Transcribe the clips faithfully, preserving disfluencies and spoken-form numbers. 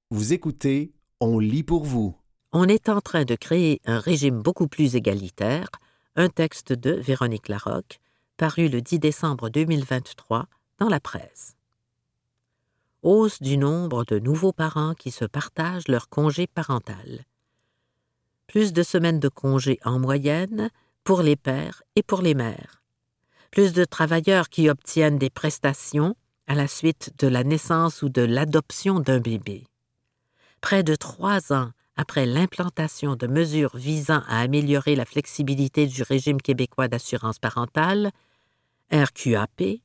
Vous écoutez, on lit pour vous. On est en train de créer un régime beaucoup plus égalitaire, un texte de Véronique Larocque, paru le dix décembre deux mille vingt-trois dans la presse. Hausse du nombre de nouveaux parents qui se partagent leur congé parental. Plus de semaines de congé en moyenne pour les pères et pour les mères. Plus de travailleurs qui obtiennent des prestations à la suite de la naissance ou de l'adoption d'un bébé. Près de trois ans après l'implantation de mesures visant à améliorer la flexibilité du régime québécois d'assurance parentale, R Q A P,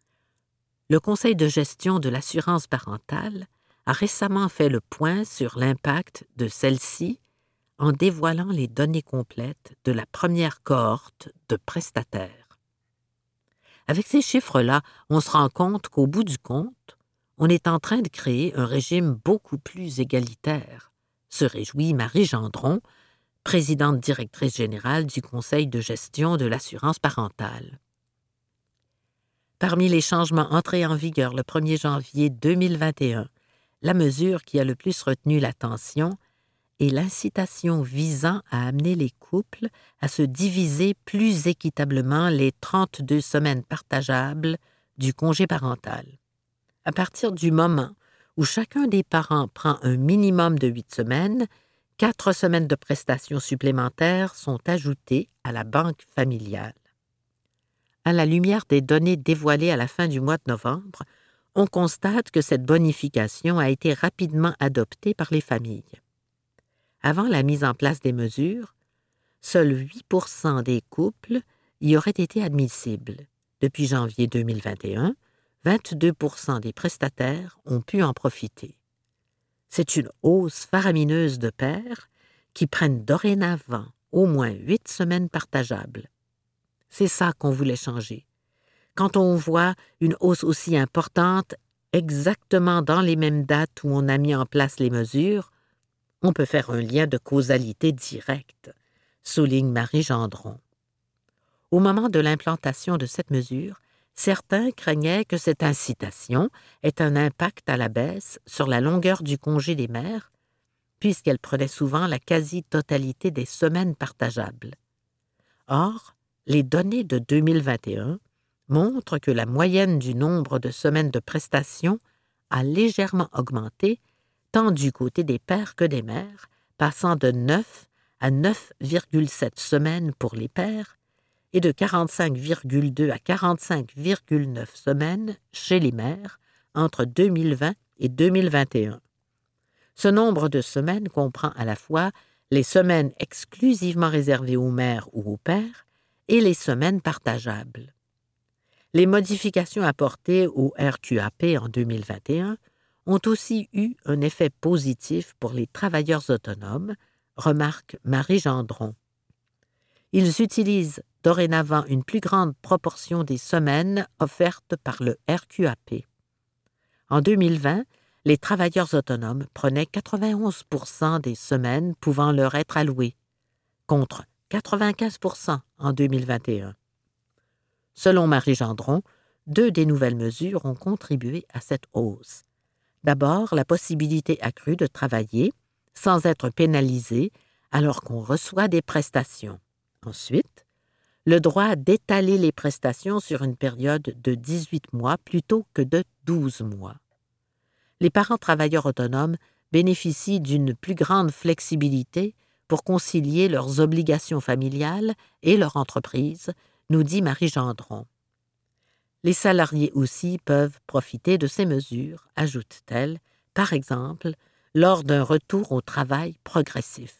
le Conseil de gestion de l'assurance parentale a récemment fait le point sur l'impact de celle-ci en dévoilant les données complètes de la première cohorte de prestataires. Avec ces chiffres-là, on se rend compte qu'au bout du compte, on est en train de créer un régime beaucoup plus égalitaire, se réjouit Marie Gendron, présidente directrice générale du Conseil de gestion de l'assurance parentale. Parmi les changements entrés en vigueur le premier janvier deux mille vingt et un, la mesure qui a le plus retenu l'attention est l'incitation visant à amener les couples à se diviser plus équitablement les trente-deux semaines partageables du congé parental. À partir du moment où chacun des parents prend un minimum de huit semaines, quatre semaines de prestations supplémentaires sont ajoutées à la banque familiale. À la lumière des données dévoilées à la fin du mois de novembre, on constate que cette bonification a été rapidement adoptée par les familles. Avant la mise en place des mesures, seuls huit pour cent des couples y auraient été admissibles. Depuis janvier deux mille vingt et un, vingt-deux pour cent des prestataires ont pu en profiter. C'est une hausse faramineuse de pères qui prennent dorénavant au moins huit semaines partageables. C'est ça qu'on voulait changer. Quand on voit une hausse aussi importante exactement dans les mêmes dates où on a mis en place les mesures, on peut faire un lien de causalité directe, souligne Marie Gendron. Au moment de l'implantation de cette mesure, certains craignaient que cette incitation ait un impact à la baisse sur la longueur du congé des mères, puisqu'elle prenait souvent la quasi-totalité des semaines partageables. Or, les données de deux mille vingt et un montrent que la moyenne du nombre de semaines de prestations a légèrement augmenté, tant du côté des pères que des mères, passant de neuf à neuf virgule sept semaines pour les pères et de quarante-cinq virgule deux à quarante-cinq virgule neuf semaines chez les mères entre deux mille vingt et deux mille vingt et un. Ce nombre de semaines comprend à la fois les semaines exclusivement réservées aux mères ou aux pères et les semaines partageables. Les modifications apportées au R Q A P en deux mille vingt et un ont aussi eu un effet positif pour les travailleurs autonomes, remarque Marie Gendron. Ils utilisent dorénavant une plus grande proportion des semaines offertes par le R Q A P. En deux mille vingt, les travailleurs autonomes prenaient quatre-vingt-onze pour cent des semaines pouvant leur être allouées, contre quatre-vingt-quinze pour cent en deux mille vingt et un. Selon Marie Gendron, deux des nouvelles mesures ont contribué à cette hausse. D'abord, la possibilité accrue de travailler sans être pénalisé alors qu'on reçoit des prestations. Ensuite, le droit d'étaler les prestations sur une période de dix-huit mois plutôt que de douze mois. Les parents travailleurs autonomes bénéficient d'une plus grande flexibilité pour concilier leurs obligations familiales et leur entreprise, nous dit Marie Gendron. Les salariés aussi peuvent profiter de ces mesures, ajoute-t-elle, par exemple, lors d'un retour au travail progressif.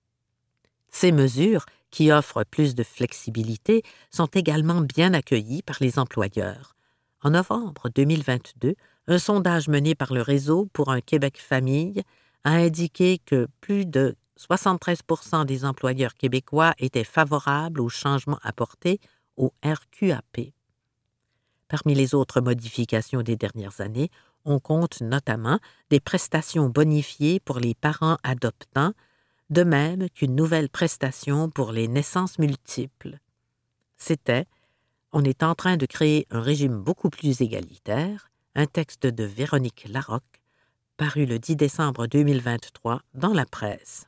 Ces mesures, qui offrent plus de flexibilité, sont également bien accueillies par les employeurs. En novembre deux mille vingt-deux, un sondage mené par le Réseau pour un Québec famille a indiqué que plus de soixante-treize pour cent des employeurs québécois étaient favorables aux changements apportés au R Q A P. Parmi les autres modifications des dernières années, on compte notamment des prestations bonifiées pour les parents adoptants, de même qu'une nouvelle prestation pour les naissances multiples. C'était « On est en train de créer un régime beaucoup plus égalitaire », un texte de Véronique Larocque, paru le dix décembre deux mille vingt-trois dans la presse.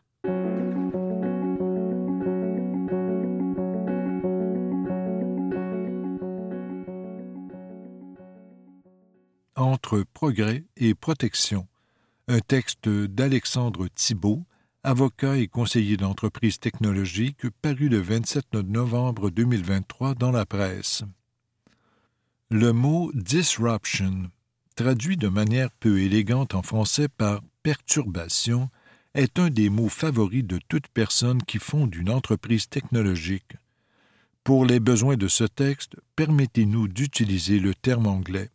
Entre progrès et protection, un texte d'Alexandre Thibault, avocat et conseiller d'entreprise technologique, paru le vingt-sept novembre deux mille vingt-trois dans la presse. Le mot « disruption », traduit de manière peu élégante en français par « perturbation », est un des mots favoris de toute personne qui fonde une entreprise technologique. Pour les besoins de ce texte, permettez-nous d'utiliser le terme anglais.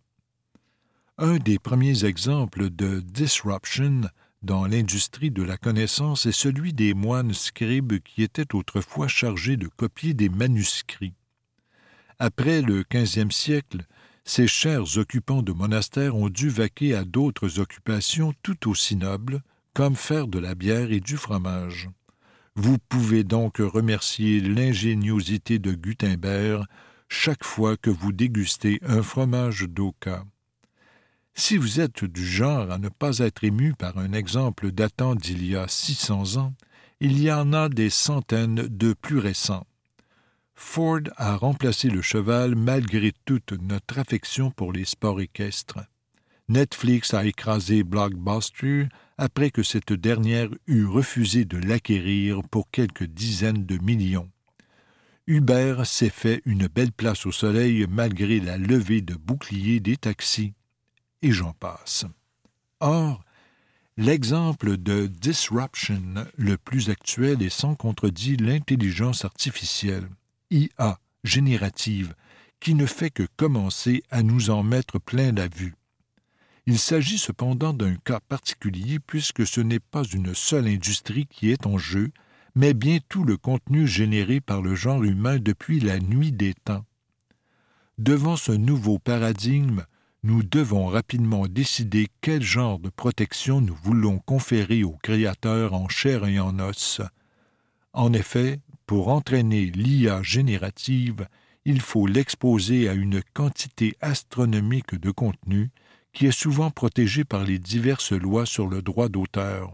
Un des premiers exemples de disruption dans l'industrie de la connaissance est celui des moines scribes qui étaient autrefois chargés de copier des manuscrits. Après le quinzième siècle, ces chers occupants de monastères ont dû vaquer à d'autres occupations tout aussi nobles, comme faire de la bière et du fromage. Vous pouvez donc remercier l'ingéniosité de Gutenberg chaque fois que vous dégustez un fromage d'Oka. Si vous êtes du genre à ne pas être ému par un exemple datant d'il y a six cents ans, il y en a des centaines de plus récents. Ford a remplacé le cheval malgré toute notre affection pour les sports équestres. Netflix a écrasé Blockbuster après que cette dernière eut refusé de l'acquérir pour quelques dizaines de millions. Uber s'est fait une belle place au soleil malgré la levée de boucliers des taxis. Et j'en passe. Or, l'exemple de disruption le plus actuel est sans contredit l'intelligence artificielle, I A, générative, qui ne fait que commencer à nous en mettre plein la vue. Il s'agit cependant d'un cas particulier puisque ce n'est pas une seule industrie qui est en jeu, mais bien tout le contenu généré par le genre humain depuis la nuit des temps. Devant ce nouveau paradigme, nous devons rapidement décider quel genre de protection nous voulons conférer au Créateur en chair et en os. En effet, pour entraîner l'I A générative, il faut l'exposer à une quantité astronomique de contenu qui est souvent protégé par les diverses lois sur le droit d'auteur.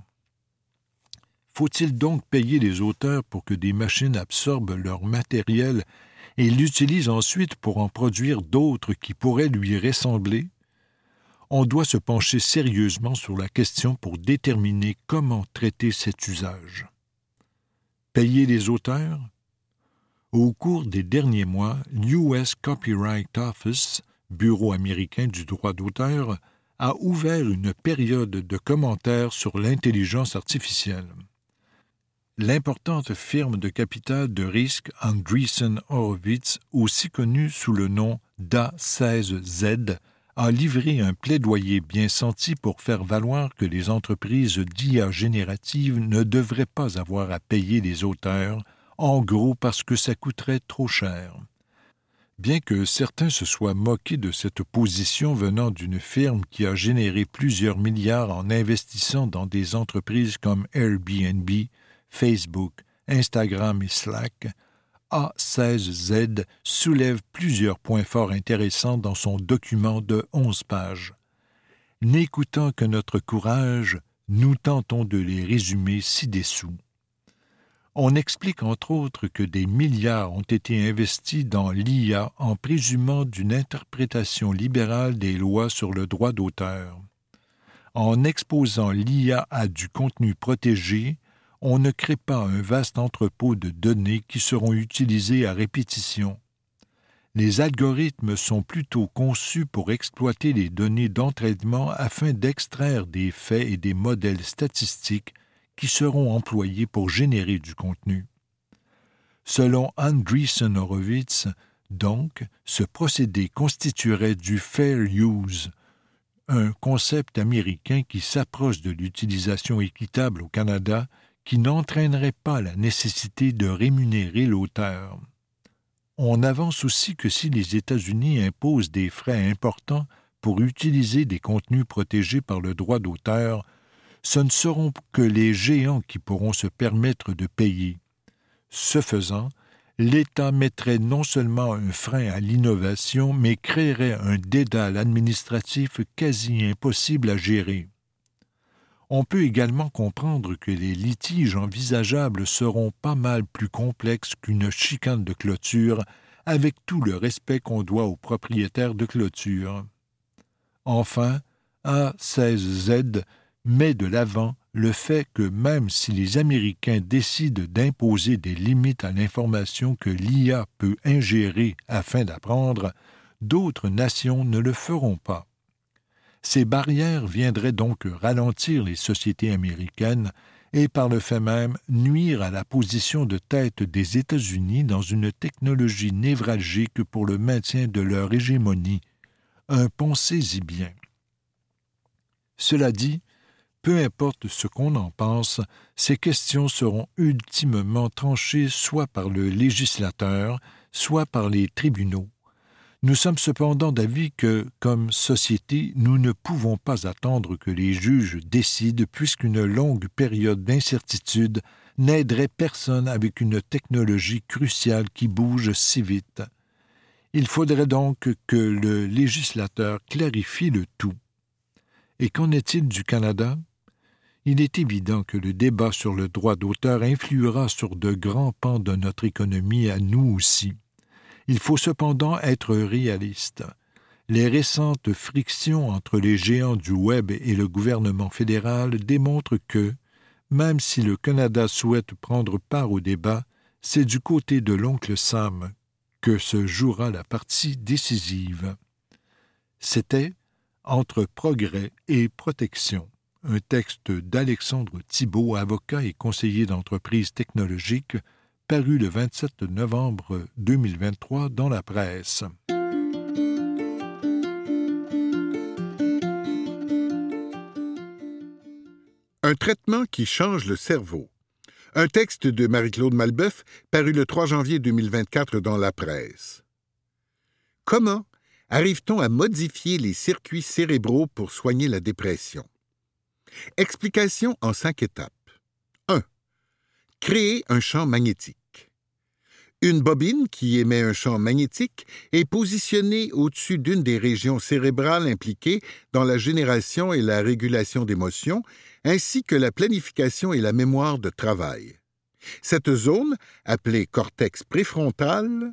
Faut-il donc payer les auteurs pour que des machines absorbent leur matériel et l'utilise ensuite pour en produire d'autres qui pourraient lui ressembler? On doit se pencher sérieusement sur la question pour déterminer comment traiter cet usage. Payer les auteurs? Au cours des derniers mois, l'U S Copyright Office, bureau américain du droit d'auteur, a ouvert une période de commentaires sur l'intelligence artificielle. L'importante firme de capital de risque Andreessen Horowitz, aussi connue sous le nom d'A seize Z, a livré un plaidoyer bien senti pour faire valoir que les entreprises d'I A générative ne devraient pas avoir à payer les auteurs, en gros parce que ça coûterait trop cher. Bien que certains se soient moqués de cette position venant d'une firme qui a généré plusieurs milliards en investissant dans des entreprises comme Airbnb, Facebook, Instagram et Slack, A seize Z soulève plusieurs points forts intéressants dans son document de onze pages. N'écoutant que notre courage, nous tentons de les résumer ci-dessous. On explique entre autres que des milliards ont été investis dans l'I A en présumant d'une interprétation libérale des lois sur le droit d'auteur. En exposant l'I A à du contenu protégé, on ne crée pas un vaste entrepôt de données qui seront utilisées à répétition. Les algorithmes sont plutôt conçus pour exploiter les données d'entraînement afin d'extraire des faits et des modèles statistiques qui seront employés pour générer du contenu. Selon Andreessen Horowitz, donc, ce procédé constituerait du fair use, un concept américain qui s'approche de l'utilisation équitable au Canada, qui n'entraînerait pas la nécessité de rémunérer l'auteur. On avance aussi que si les États-Unis imposent des frais importants pour utiliser des contenus protégés par le droit d'auteur, ce ne seront que les géants qui pourront se permettre de payer. Ce faisant, l'État mettrait non seulement un frein à l'innovation, mais créerait un dédale administratif quasi impossible à gérer. On peut également comprendre que les litiges envisageables seront pas mal plus complexes qu'une chicane de clôture, avec tout le respect qu'on doit aux propriétaires de clôture. Enfin, A seize Z met de l'avant le fait que même si les Américains décident d'imposer des limites à l'information que l'I A peut ingérer afin d'apprendre, d'autres nations ne le feront pas. Ces barrières viendraient donc ralentir les sociétés américaines et par le fait même nuire à la position de tête des États-Unis dans une technologie névralgique pour le maintien de leur hégémonie. Un pensez-y bien. Cela dit, peu importe ce qu'on en pense, ces questions seront ultimement tranchées soit par le législateur, soit par les tribunaux. Nous sommes cependant d'avis que, comme société, nous ne pouvons pas attendre que les juges décident puisqu'une longue période d'incertitude n'aiderait personne avec une technologie cruciale qui bouge si vite. Il faudrait donc que le législateur clarifie le tout. Et qu'en est-il du Canada? Il est évident que le débat sur le droit d'auteur influera sur de grands pans de notre économie à nous aussi. Il faut cependant être réaliste. Les récentes frictions entre les géants du Web et le gouvernement fédéral démontrent que, même si le Canada souhaite prendre part au débat, c'est du côté de l'oncle Sam que se jouera la partie décisive. C'était Entre progrès et protection, un texte d'Alexandre Thibault, avocat et conseiller d'entreprise technologique, paru le vingt-sept novembre deux mille vingt-trois dans la presse. Un traitement qui change le cerveau. Un texte de Marie-Claude Malbeuf, paru le trois janvier deux mille vingt-quatre dans la presse. Comment arrive-t-on à modifier les circuits cérébraux pour soigner la dépression? Explication en cinq étapes. un. Créer un champ magnétique. Une bobine qui émet un champ magnétique est positionnée au-dessus d'une des régions cérébrales impliquées dans la génération et la régulation d'émotions, ainsi que la planification et la mémoire de travail. Cette zone, appelée cortex préfrontal,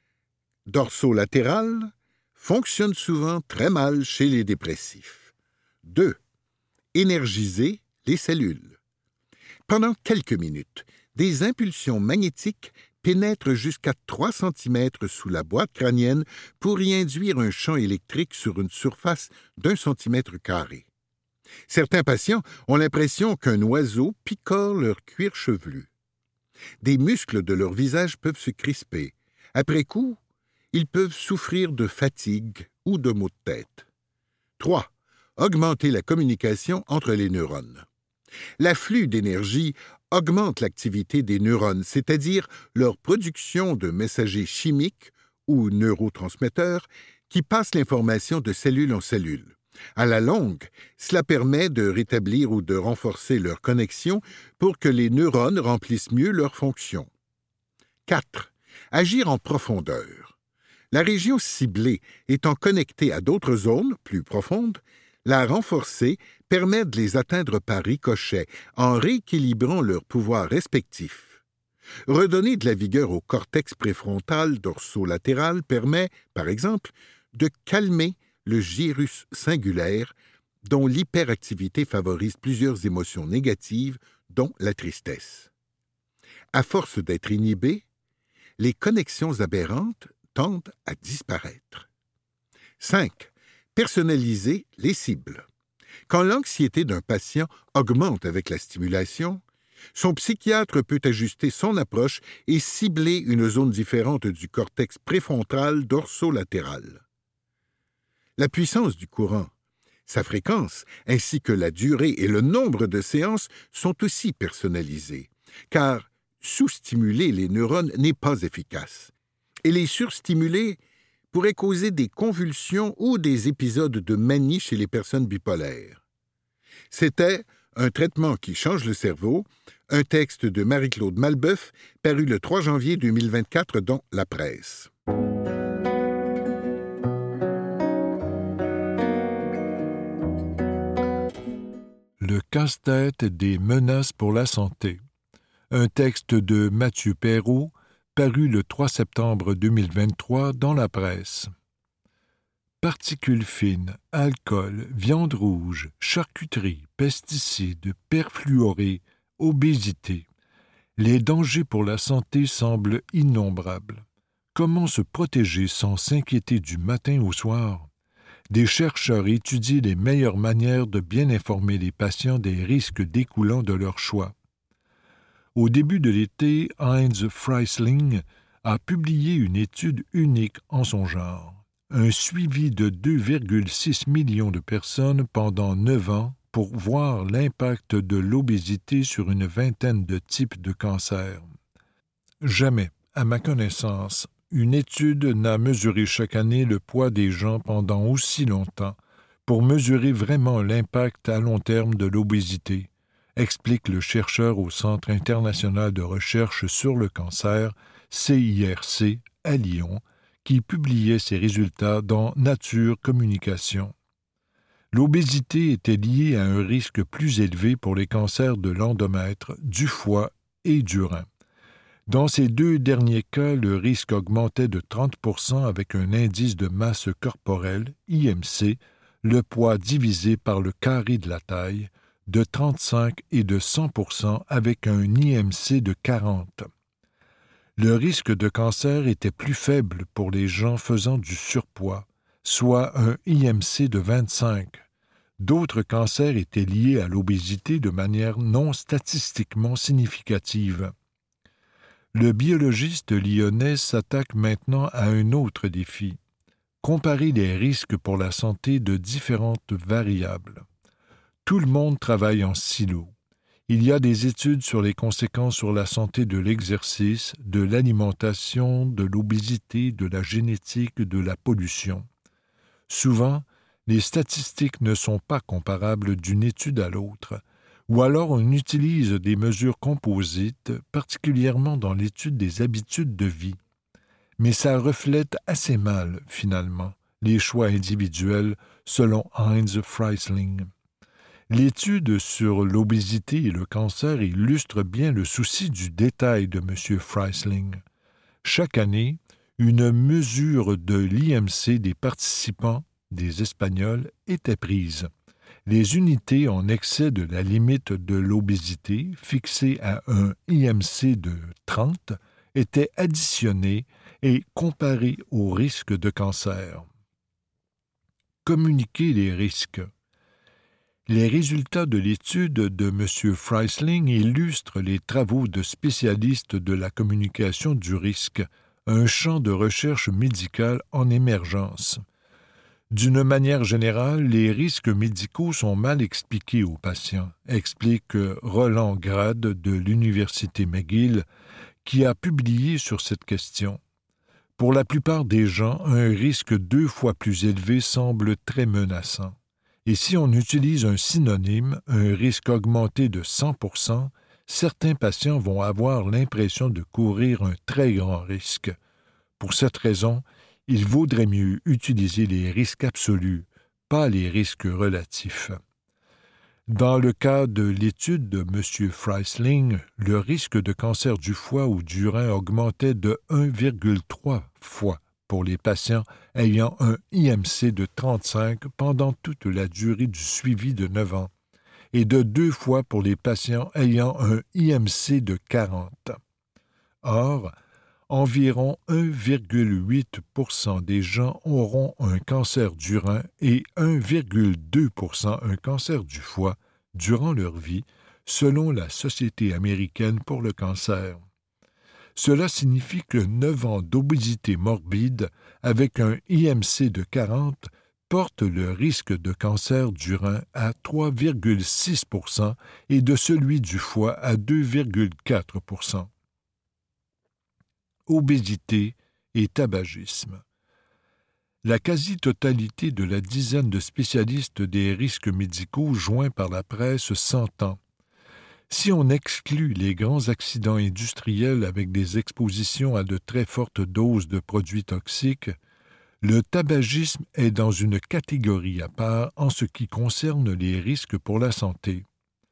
dorsolatéral, fonctionne souvent très mal chez les dépressifs. deux. Énergiser les cellules. Pendant quelques minutes, des impulsions magnétiques pénètrent jusqu'à trois centimètres sous la boîte crânienne pour y induire un champ électrique sur une surface d'un centimètre carré. Certains patients ont l'impression qu'un oiseau picore leur cuir chevelu. Des muscles de leur visage peuvent se crisper. Après coup, ils peuvent souffrir de fatigue ou de maux de tête. trois. Augmenter la communication entre les neurones. L'afflux d'énergie augmente l'activité des neurones, c'est-à-dire leur production de messagers chimiques ou neurotransmetteurs qui passent l'information de cellule en cellule. À la longue, cela permet de rétablir ou de renforcer leur connexion pour que les neurones remplissent mieux leurs fonctions. quatre. Agir en profondeur. La région ciblée étant connectée à d'autres zones plus profondes, la renforcer permet de les atteindre par ricochet en rééquilibrant leurs pouvoirs respectifs. Redonner de la vigueur au cortex préfrontal dorsolatéral permet, par exemple, de calmer le gyrus singulaire dont l'hyperactivité favorise plusieurs émotions négatives, dont la tristesse. À force d'être inhibées, les connexions aberrantes tendent à disparaître. cinq. Personnaliser les cibles. Quand l'anxiété d'un patient augmente avec la stimulation, son psychiatre peut ajuster son approche et cibler une zone différente du cortex préfrontal dorsolatéral. La puissance du courant, sa fréquence, ainsi que la durée et le nombre de séances sont aussi personnalisés, car sous-stimuler les neurones n'est pas efficace. Et les surstimuler pourrait causer des convulsions ou des épisodes de manie chez les personnes bipolaires. C'était Un traitement qui change le cerveau, un texte de Marie-Claude Malbeuf, paru le trois janvier deux mille vingt-quatre dans La Presse. Le casse-tête des menaces pour la santé. Un texte de Mathieu Perrault, paru le trois septembre deux mille vingt-trois dans la presse. Particules fines, alcool, viande rouge, charcuterie, pesticides, perfluorés, obésité. Les dangers pour la santé semblent innombrables. Comment se protéger sans s'inquiéter du matin au soir? Des chercheurs étudient les meilleures manières de bien informer les patients des risques découlant de leur choix. Au début de l'été, Heinz Freisling a publié une étude unique en son genre. Un suivi de deux virgule six millions de personnes pendant neuf ans pour voir l'impact de l'obésité sur une vingtaine de types de cancers. Jamais, à ma connaissance, une étude n'a mesuré chaque année le poids des gens pendant aussi longtemps pour mesurer vraiment l'impact à long terme de l'obésité, explique le chercheur au Centre international de recherche sur le cancer, C I R C, à Lyon, qui publiait ses résultats dans Nature Communication. L'obésité était liée à un risque plus élevé pour les cancers de l'endomètre, du foie et du rein. Dans ces deux derniers cas, le risque augmentait de trente pour cent avec un indice de masse corporelle, I M C, le poids divisé par le carré de la taille, de trente-cinq et de cent pour cent avec un I M C de quarante. Le risque de cancer était plus faible pour les gens faisant du surpoids, soit un I M C de vingt-cinq. D'autres cancers étaient liés à l'obésité de manière non statistiquement significative. Le biologiste lyonnais s'attaque maintenant à un autre défi, comparer les risques pour la santé de différentes variables. Tout le monde travaille en silo. Il y a des études sur les conséquences sur la santé de l'exercice, de l'alimentation, de l'obésité, de la génétique, de la pollution. Souvent, les statistiques ne sont pas comparables d'une étude à l'autre, ou alors on utilise des mesures composites, particulièrement dans l'étude des habitudes de vie. Mais ça reflète assez mal, finalement, les choix individuels selon Heinz Freisling. L'étude sur l'obésité et le cancer illustre bien le souci du détail de M. Freisling. Chaque année, une mesure de l'I M C des participants, des Espagnols, était prise. Les unités en excès de la limite de l'obésité, fixée à un I M C de trente, étaient additionnées et comparées au risque de cancer. Communiquer les risques. Les résultats de l'étude de M. Freisling illustrent les travaux de spécialistes de la communication du risque, un champ de recherche médicale en émergence. D'une manière générale, les risques médicaux sont mal expliqués aux patients, explique Roland Grade de l'Université McGill, qui a publié sur cette question. Pour la plupart des gens, un risque deux fois plus élevé semble très menaçant. Et si on utilise un synonyme, un risque augmenté de cent pour cent, certains patients vont avoir l'impression de courir un très grand risque. Pour cette raison, il vaudrait mieux utiliser les risques absolus, pas les risques relatifs. Dans le cas de l'étude de M. Freisling, le risque de cancer du foie ou du rein augmentait de un virgule trois fois pour les patients ayant un I M C de trente-cinq pendant toute la durée du suivi de neuf ans et de deux fois pour les patients ayant un I M C de quarante. Or, environ un virgule huit pour cent des gens auront un cancer du rein et un virgule deux pour cent un cancer du foie durant leur vie, selon la Société américaine pour le cancer. Cela signifie que neuf ans d'obésité morbide avec un I M C de quarante portent le risque de cancer du rein à trois virgule six pour cent et de celui du foie à deux virgule quatre pour cent. Obésité et tabagisme. La quasi-totalité de la dizaine de spécialistes des risques médicaux joints par la presse s'entend. Si on exclut les grands accidents industriels avec des expositions à de très fortes doses de produits toxiques, le tabagisme est dans une catégorie à part en ce qui concerne les risques pour la santé.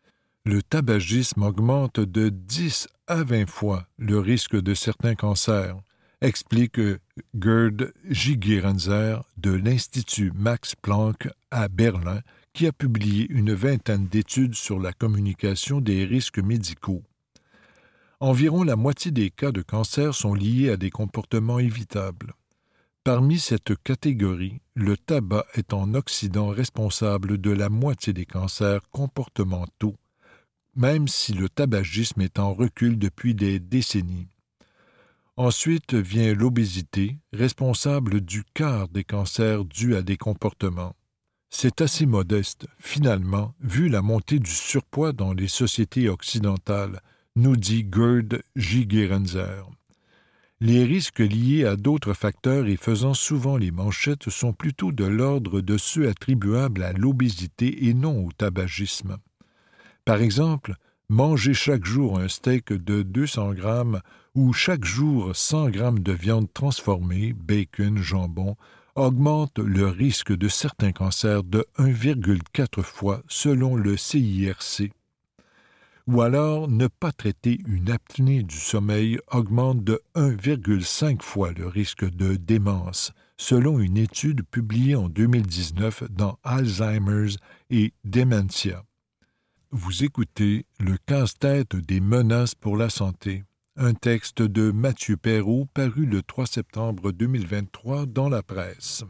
Le tabagisme augmente de dix à vingt fois le risque de certains cancers, explique Gerd Gigerenzer de l'Institut Max Planck à Berlin, qui a publié une vingtaine d'études sur la communication des risques médicaux. Environ la moitié des cas de cancer sont liés à des comportements évitables. Parmi cette catégorie, le tabac est en Occident responsable de la moitié des cancers comportementaux, même si le tabagisme est en recul depuis des décennies. Ensuite vient l'obésité, responsable du quart des cancers dus à des comportements. C'est assez modeste, finalement, vu la montée du surpoids dans les sociétés occidentales, nous dit Gerd Gigerenzer. Les risques liés à d'autres facteurs et faisant souvent les manchettes sont plutôt de l'ordre de ceux attribuables à l'obésité et non au tabagisme. Par exemple, manger chaque jour un steak de deux cents grammes ou chaque jour cent grammes de viande transformée, bacon, jambon, augmente le risque de certains cancers de un virgule quatre fois selon le C I R C. Ou alors, ne pas traiter une apnée du sommeil augmente de un virgule cinq fois le risque de démence, selon une étude publiée en deux mille dix-neuf dans Alzheimer's et Dementia. Vous écoutez Le casse-tête des menaces pour la santé, un texte de Mathieu Perrault paru le trois septembre deux mille vingt-trois dans la presse.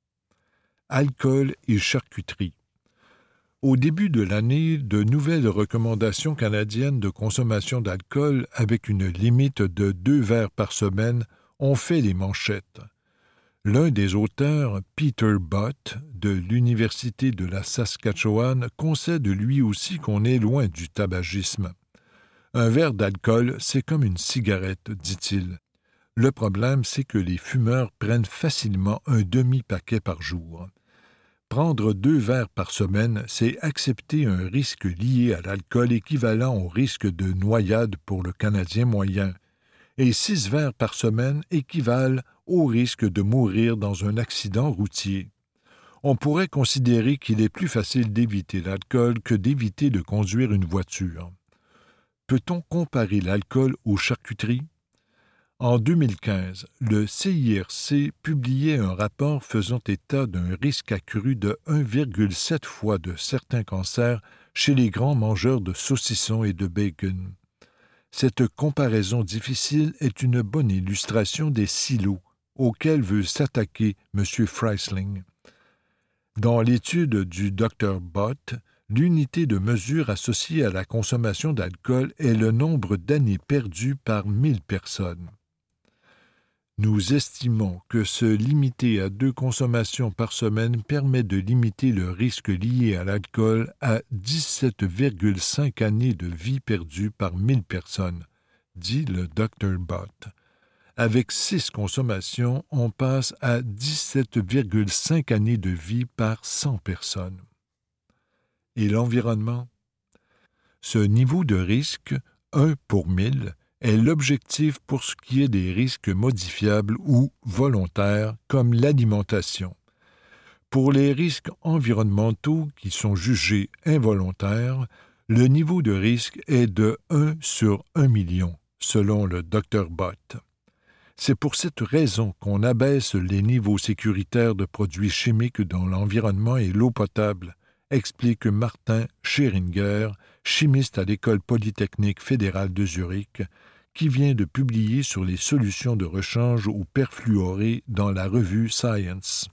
Alcool et charcuterie. Au début de l'année, de nouvelles recommandations canadiennes de consommation d'alcool avec une limite de deux verres par semaine ont fait les manchettes. L'un des auteurs, Peter Bott, de l'Université de la Saskatchewan, concède lui aussi qu'on est loin du tabagisme. Un verre d'alcool, c'est comme une cigarette, dit-il. Le problème, c'est que les fumeurs prennent facilement un demi-paquet par jour. Prendre deux verres par semaine, c'est accepter un risque lié à l'alcool équivalent au risque de noyade pour le Canadien moyen, et six verres par semaine équivalent au risque de mourir dans un accident routier. On pourrait considérer qu'il est plus facile d'éviter l'alcool que d'éviter de conduire une voiture. Peut-on comparer l'alcool aux charcuteries? En deux mille quinze, le C I R C publiait un rapport faisant état d'un risque accru de un virgule sept fois de certains cancers chez les grands mangeurs de saucissons et de bacon. Cette comparaison difficile est une bonne illustration des silos auxquels veut s'attaquer M. Freisling. Dans l'étude du docteur Bott, l'unité de mesure associée à la consommation d'alcool est le nombre d'années perdues par mille personnes. Nous estimons que se limiter à deux consommations par semaine permet de limiter le risque lié à l'alcool à dix-sept virgule cinq années de vie perdues par mille personnes, dit le docteur Bott. Avec six consommations, on passe à dix-sept virgule cinq années de vie par cent personnes. Et l'environnement? Ce niveau de risque, un pour mille, est l'objectif pour ce qui est des risques modifiables ou volontaires, comme l'alimentation. Pour les risques environnementaux qui sont jugés involontaires, le niveau de risque est de un sur un million, selon le docteur Bott. C'est pour cette raison qu'on abaisse les niveaux sécuritaires de produits chimiques dans l'environnement et l'eau potable, explique Martin Scheringer, chimiste à l'École polytechnique fédérale de Zurich, qui vient de publier sur les solutions de rechange au perfluoré dans la revue Science.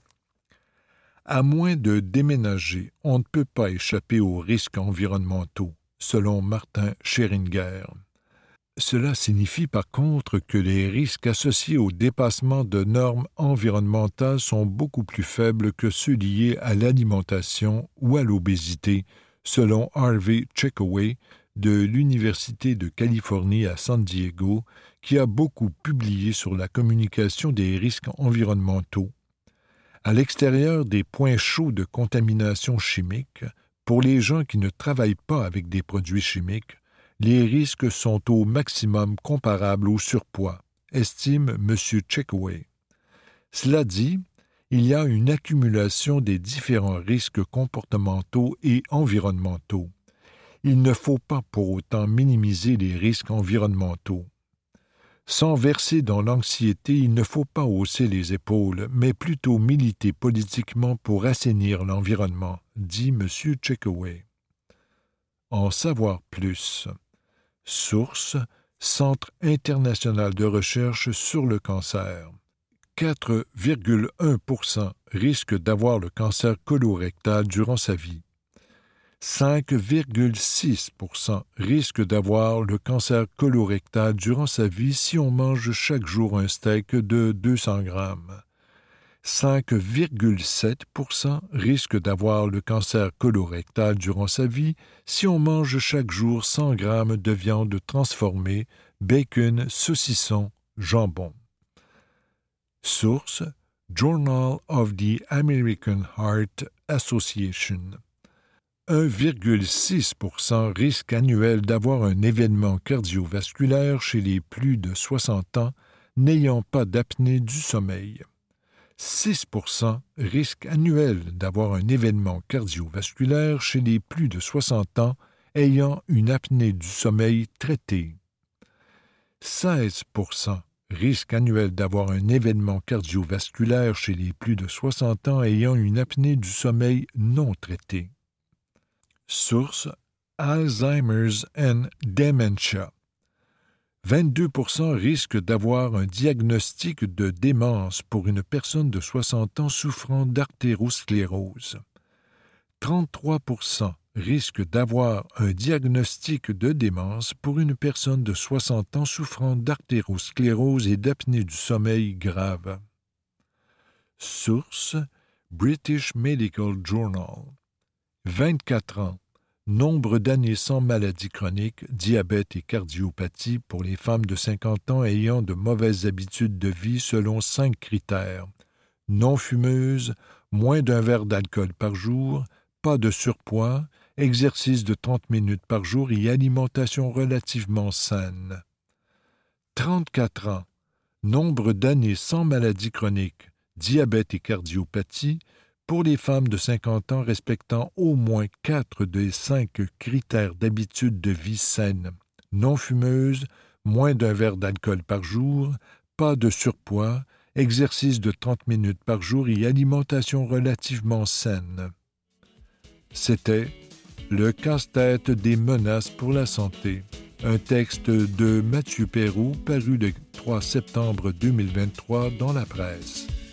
À moins de déménager, on ne peut pas échapper aux risques environnementaux, selon Martin Scheringer. Cela signifie par contre que les risques associés au dépassement de normes environnementales sont beaucoup plus faibles que ceux liés à l'alimentation ou à l'obésité, selon Harvey Checkaway de l'Université de Californie à San Diego, qui a beaucoup publié sur la communication des risques environnementaux. À l'extérieur des points chauds de contamination chimique, pour les gens qui ne travaillent pas avec des produits chimiques, les risques sont au maximum comparables au surpoids, estime M. Checkaway. Cela dit, il y a une accumulation des différents risques comportementaux et environnementaux. il ne faut pas pour autant minimiser les risques environnementaux. Sans verser dans l'anxiété, il ne faut pas hausser les épaules, mais plutôt militer politiquement pour assainir l'environnement, dit M. Checkaway. En savoir plus. Source: Centre international de recherche sur le cancer. quatre virgule un pour cent risque d'avoir le cancer colorectal durant sa vie. cinq virgule six pour cent risque d'avoir le cancer colorectal durant sa vie si on mange chaque jour un steak de deux cents grammes. cinq virgule sept pour cent risque d'avoir le cancer colorectal durant sa vie si on mange chaque jour cent grammes de viande transformée, bacon, saucisson, jambon. Source: Journal of the American Heart Association. un virgule six pour cent risque annuel d'avoir un événement cardiovasculaire chez les plus de soixante ans n'ayant pas d'apnée du sommeil. six pour cent risque annuel d'avoir un événement cardiovasculaire chez les plus de soixante ans ayant une apnée du sommeil traitée. seize pour cent risque annuel d'avoir un événement cardiovasculaire chez les plus de soixante ans ayant une apnée du sommeil non traitée. Source: Alzheimer's and Dementia. vingt-deux pour cent risque d'avoir un diagnostic de démence pour une personne de soixante ans souffrant d'artérosclérose. trente-trois pour cent risque d'avoir un diagnostic de démence pour une personne de soixante ans souffrant d'artérosclérose et d'apnée du sommeil grave. Source: British Medical Journal. vingt-quatre ans. Nombre d'années sans maladie chronique, diabète et cardiopathie pour les femmes de cinquante ans ayant de mauvaises habitudes de vie selon cinq critères. Non fumeuse, moins d'un verre d'alcool par jour, pas de surpoids, exercice de trente minutes par jour et alimentation relativement saine. trente-quatre ans. Nombre d'années sans maladie chronique, diabète et cardiopathie, pour les femmes de cinquante ans respectant au moins quatre des cinq critères d'habitude de vie saine, non fumeuse, moins d'un verre d'alcool par jour, pas de surpoids, exercice de trente minutes par jour et alimentation relativement saine. C'était Le casse-tête des menaces pour la santé, un texte de Mathieu Perroux paru le trois septembre deux mille vingt-trois dans la presse.